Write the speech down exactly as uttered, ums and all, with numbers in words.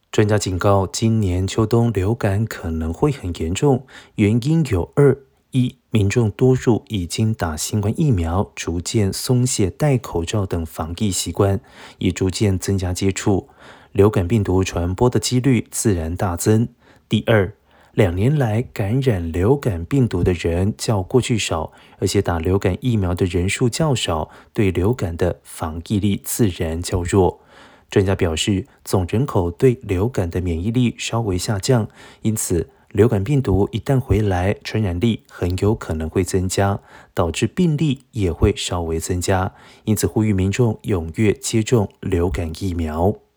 专家警告，今年秋冬流感可能会很严重，原因有二：一、民众多数已经打新冠疫苗，逐渐松懈戴口罩等防疫习惯，也逐渐增加接触，流感病毒传播的几率自然大增。第二，两年来感染流感病毒的人较过去少，而且打流感疫苗的人数较少，对流感的防疫力自然较弱。专家表示，总人口对流感的免疫力稍微下降，因此流感病毒一旦回来，传染力很有可能会增加，导致病例也会稍微增加，因此呼吁民众踊跃接种流感疫苗。